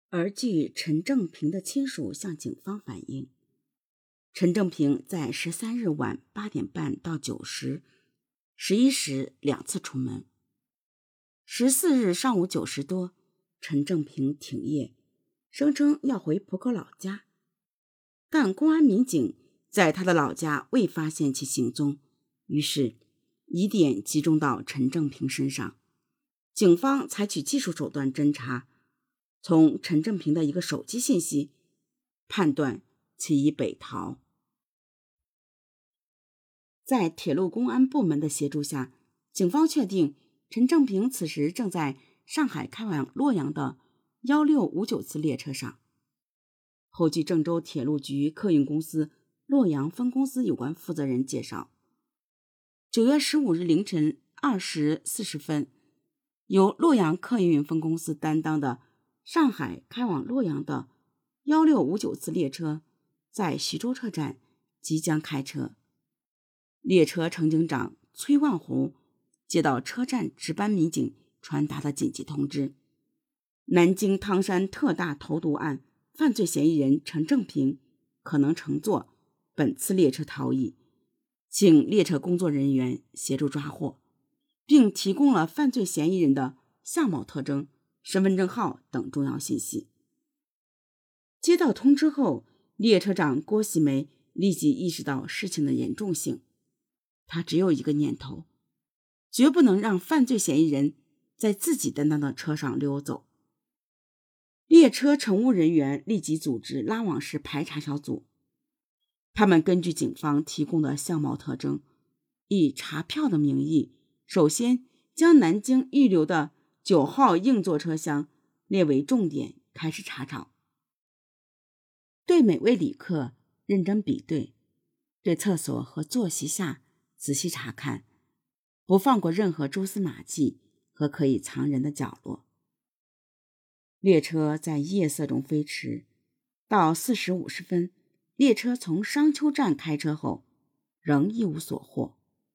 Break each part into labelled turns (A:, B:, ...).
A: 而据陈正平的亲属向警方反映，陈正平在13日晚8点半到9时、11时2次出门。14日上午9时多，陈正平停业，声称要回浦口老家，但公安民警在他的老家未发现其行踪，于是疑点集中到陈正平身上。警方采取技术手段侦查，从陈正平的一个手机信息判断其已北逃。在铁路公安部门的协助下，警方确定陈正平此时正在上海开往洛阳的1659次列车上。后据郑州铁路局客运公司洛阳分公司有关负责人介绍，9月15日凌晨2时40分，由洛阳客运分公司担当的上海开往洛阳的1659次列车在徐州车站即将开车。列车乘警长崔万红接到车站值班民警传达的紧急通知，南京汤山特大投毒案犯罪嫌疑人陈正平可能乘坐本次列车逃逸，请列车工作人员协助抓获，并提供了犯罪嫌疑人的相貌特征、身份证号等重要信息。接到通知后，列车长郭喜梅立即意识到事情的严重性，他只有一个念头，绝不能让犯罪嫌疑人在自己担当的车上溜走。列车乘务人员立即组织拉网式排查小组，他们根据警方提供的相貌特征，以查票的名义，首先将南京预留的9号硬座车厢列为重点，开始查找，对每位旅客认真比对，对厕所和坐席下仔细查看，不放过任何蛛丝马迹和可以藏人的角落。列车在夜色中飞驰，到4时50分，列车从商丘站开车后，仍一无所获。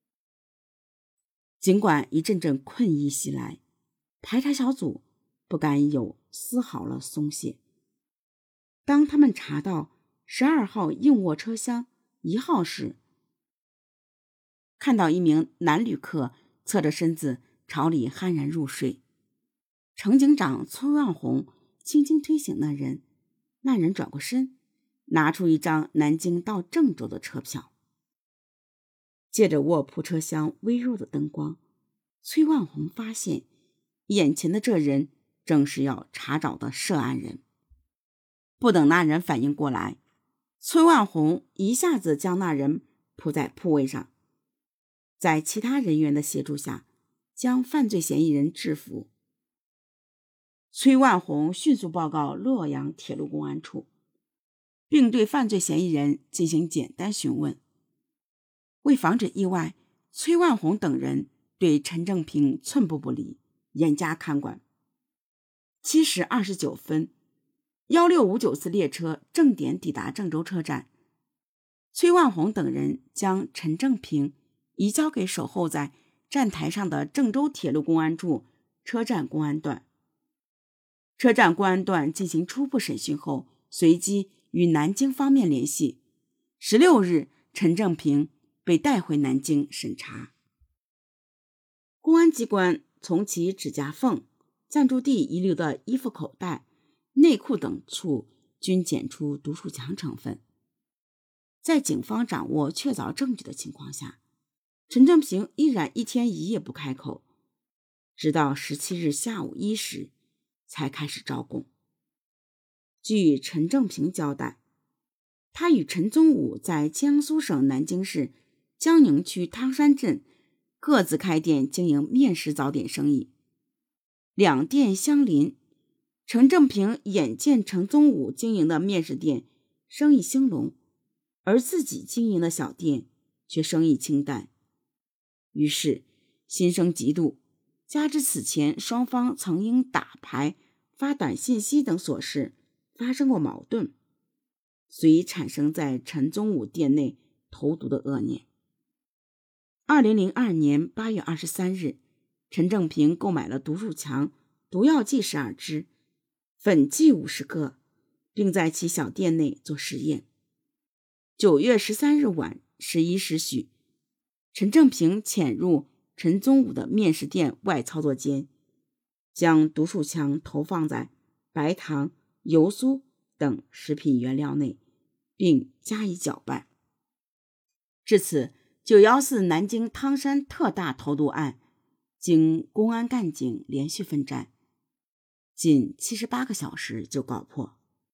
A: 尽管一阵阵困意袭来，排查小组不敢有丝毫的松懈。当他们查到12号硬卧车厢1号时，看到一名男旅客侧着身子朝里酣然入睡。乘警长崔万红轻轻推醒那人，那人转过身，拿出一张南京到郑州的车票。借着卧铺车厢微弱的灯光，崔万红发现眼前的这人正是要查找的涉案人。不等那人反应过来，崔万红一下子将那人扑在铺位上，在其他人员的协助下，将犯罪嫌疑人制服。崔万红迅速报告洛阳铁路公安处，并对犯罪嫌疑人进行简单询问。为防止意外，崔万红等人对陈正平寸步不离，严加看管。7时29分，1659次列车正点抵达郑州车站，崔万红等人将陈正平移交给守候在站台上的郑州铁路公安处车站公安段。车站公安段进行初步审讯后，随即与南京方面联系。16日，陈正平被带回南京审查。公安机关从其指甲缝、暂住地遗留的衣服口袋、内裤等处均检出毒鼠强成分。在警方掌握确凿证据的情况下，陈正平依然一天一夜不开口，直到17日下午1时才开始招供。据陈正平交代，他与陈宗武在江苏省南京市江宁区汤山镇各自开店经营面食早点生意，两店相邻。陈正平眼见陈宗武经营的面食店生意兴隆，而自己经营的小店却生意清淡，于是心生嫉妒，加之此前双方曾因打牌、发短信息等琐事发生过矛盾，遂产生在陈宗武店内投毒的恶念。2002年8月23日，陈正平购买了毒鼠强、毒药剂12支， 粉剂50个，并在其小店内做实验。9月13日晚11时许，陈正平潜入陈宗武的面食店外操作间，将毒鼠强投放在白糖、油酥等食品原料内，并加以搅拌。至此，914南京汤山特大投毒案经公安干警连续奋战，仅78个小时就告破。